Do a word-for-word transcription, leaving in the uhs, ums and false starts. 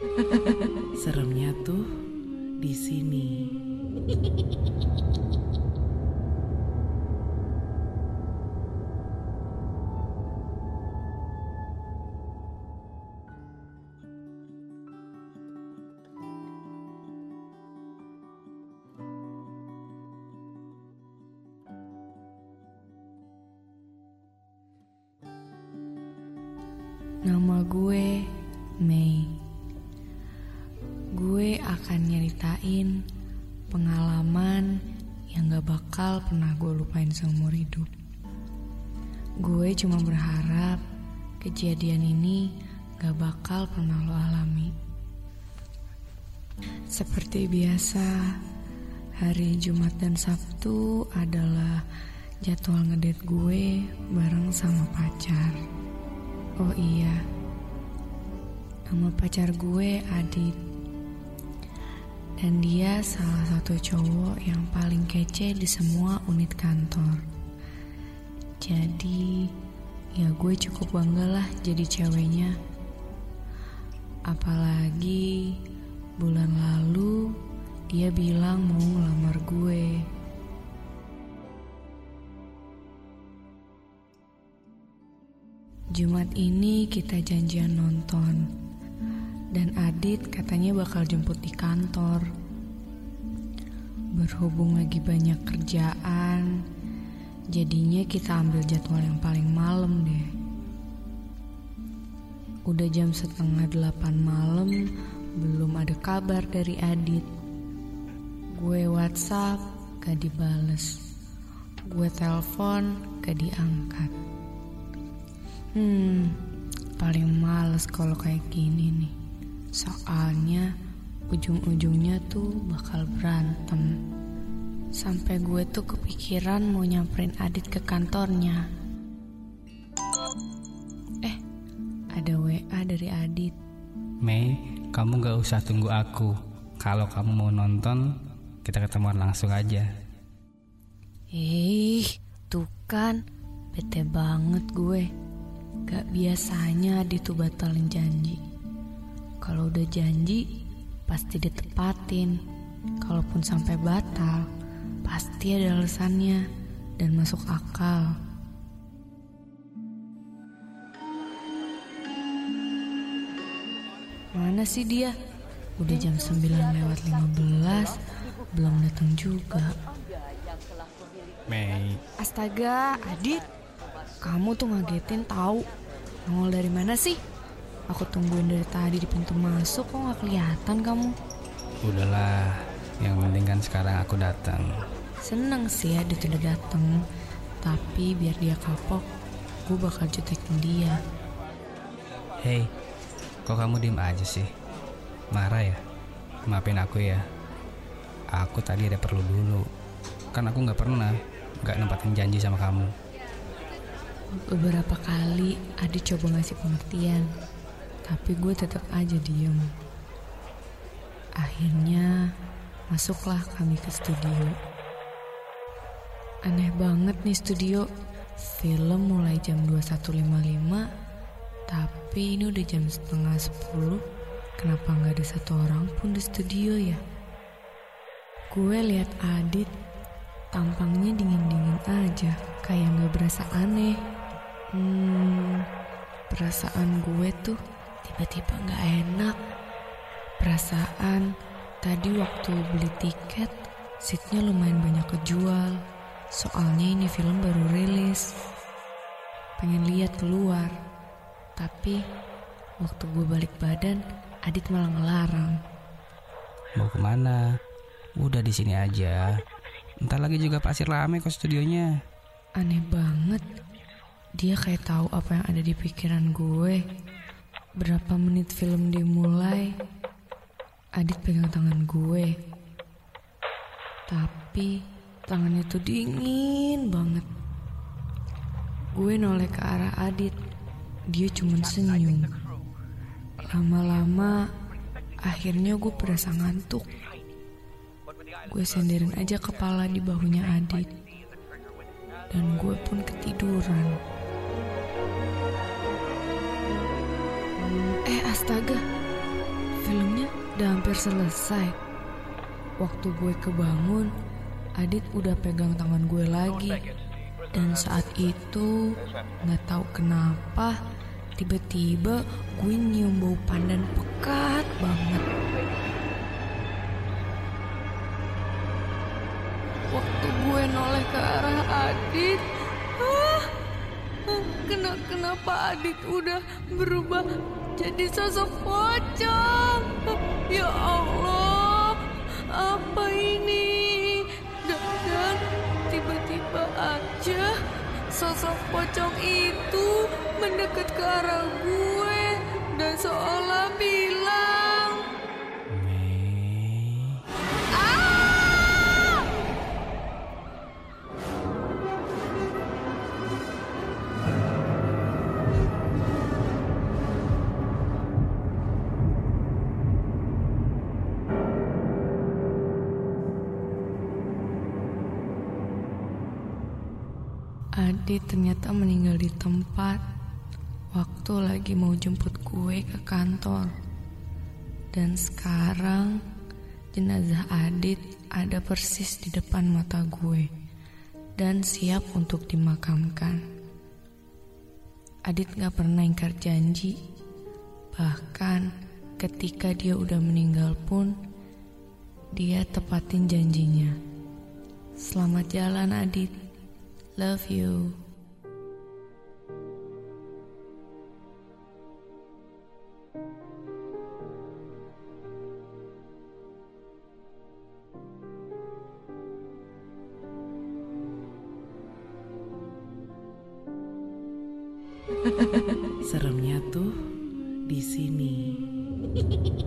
Seremnya tuh di sini. Nama gue Mei. Gue akan nyeritain pengalaman yang gak bakal pernah gue lupain seumur hidup. Gue cuma berharap kejadian ini gak bakal pernah lo alami. Seperti biasa, hari Jumat dan Sabtu adalah jadwal ngedate gue bareng sama pacar. Oh iya, nama pacar gue Adit. Dan dia salah satu cowok yang paling kece di semua unit kantor. Jadi ya gue cukup bangga lah jadi ceweknya. Apalagi bulan lalu dia bilang mau ngelamar gue. Jumat ini kita janjian nonton, dan Adit katanya bakal jemput di kantor. Berhubung lagi banyak kerjaan, jadinya kita ambil jadwal yang paling malam deh. Udah jam setengah delapan malam, belum ada kabar dari Adit. Gue WhatsApp, gak dibales. Gue telepon, gak diangkat. Hmm, paling males kalau kayak gini nih. Soalnya ujung-ujungnya tuh bakal berantem. Sampai gue tuh kepikiran mau nyamperin Adit ke kantornya. Eh, ada W A dari Adit. Mei, kamu gak usah tunggu aku. Kalau kamu mau nonton, kita ketemuan langsung aja. Ih, tuh kan, bete banget gue. Gak biasanya Adit tuh batalin janji. Kalau udah janji pasti ditepatin. Kalaupun sampai batal, pasti ada alasannya dan masuk akal. Mana sih dia? Udah jam sembilan lewat lima belas, belum datang juga. Mei, Astaga, Adit, kamu tuh ngagetin tahu. Nongol dari mana sih? Aku tungguin dari tadi di pintu masuk, kok gak kelihatan kamu? udahlah. Yang penting kan sekarang aku datang. Seneng sih Adit udah datang, tapi biar dia kapok, gue bakal jutekin dia. Hei, kok kamu diem aja sih? Marah ya? Maafin aku ya. Aku tadi ada perlu dulu. Kan aku gak pernah gak nempatin janji sama kamu. Beberapa kali Adit coba ngasih pengertian, tapi gue tetap aja diem. Akhirnya masuklah kami ke studio. Aneh banget nih studio. Film mulai jam dua puluh satu lima puluh lima, tapi ini udah jam setengah sepuluh. Kenapa gak ada satu orang pun di studio ya? Gue lihat Adit, tampangnya dingin-dingin aja, kayak gak berasa aneh. Hmm, perasaan gue tuh tiba-tiba gak enak. Perasaan tadi waktu beli tiket, seatnya lumayan banyak kejual. Soalnya ini film baru rilis. Pengen lihat keluar, tapi waktu gue balik badan, Adit malah ngelarang. Mau kemana? Udah di sini aja. Ntar lagi juga pasti rame kok studionya. Aneh banget. Dia kayak tahu apa yang ada di pikiran gue. Berapa menit film dimulai, Adit pegang tangan gue. Tapi tangannya tuh dingin banget. Gue noleh ke arah Adit. Dia cuma senyum. Lama-lama akhirnya gue berasa ngantuk. Gue senderin aja kepala di bahunya Adit, dan gue pun ketiduran. Eh astaga, film Udah hampir selesai. Waktu gue kebangun, Adit udah pegang tangan gue lagi. Dan saat itu gak tahu kenapa tiba-tiba gue nyium bau pandan pekat banget. Waktu gue noleh ke arah Adit, ah, kena kenapa Adit udah berubah jadi sosok pocong. Ya Allah, apa ini? Dan tiba-tiba aja sosok pocong itu mendekat ke arah gue dan seolah bilang, Mei. "Ah!" Adit ternyata meninggal di tempat waktu lagi mau jemput gue ke kantor. Dan sekarang jenazah Adit ada persis di depan mata gue dan siap untuk dimakamkan. Adit gak pernah ingkar janji. Bahkan ketika dia udah meninggal pun dia tepatin janjinya. Selamat jalan Adit. Love you. Seremnya tuh di sini.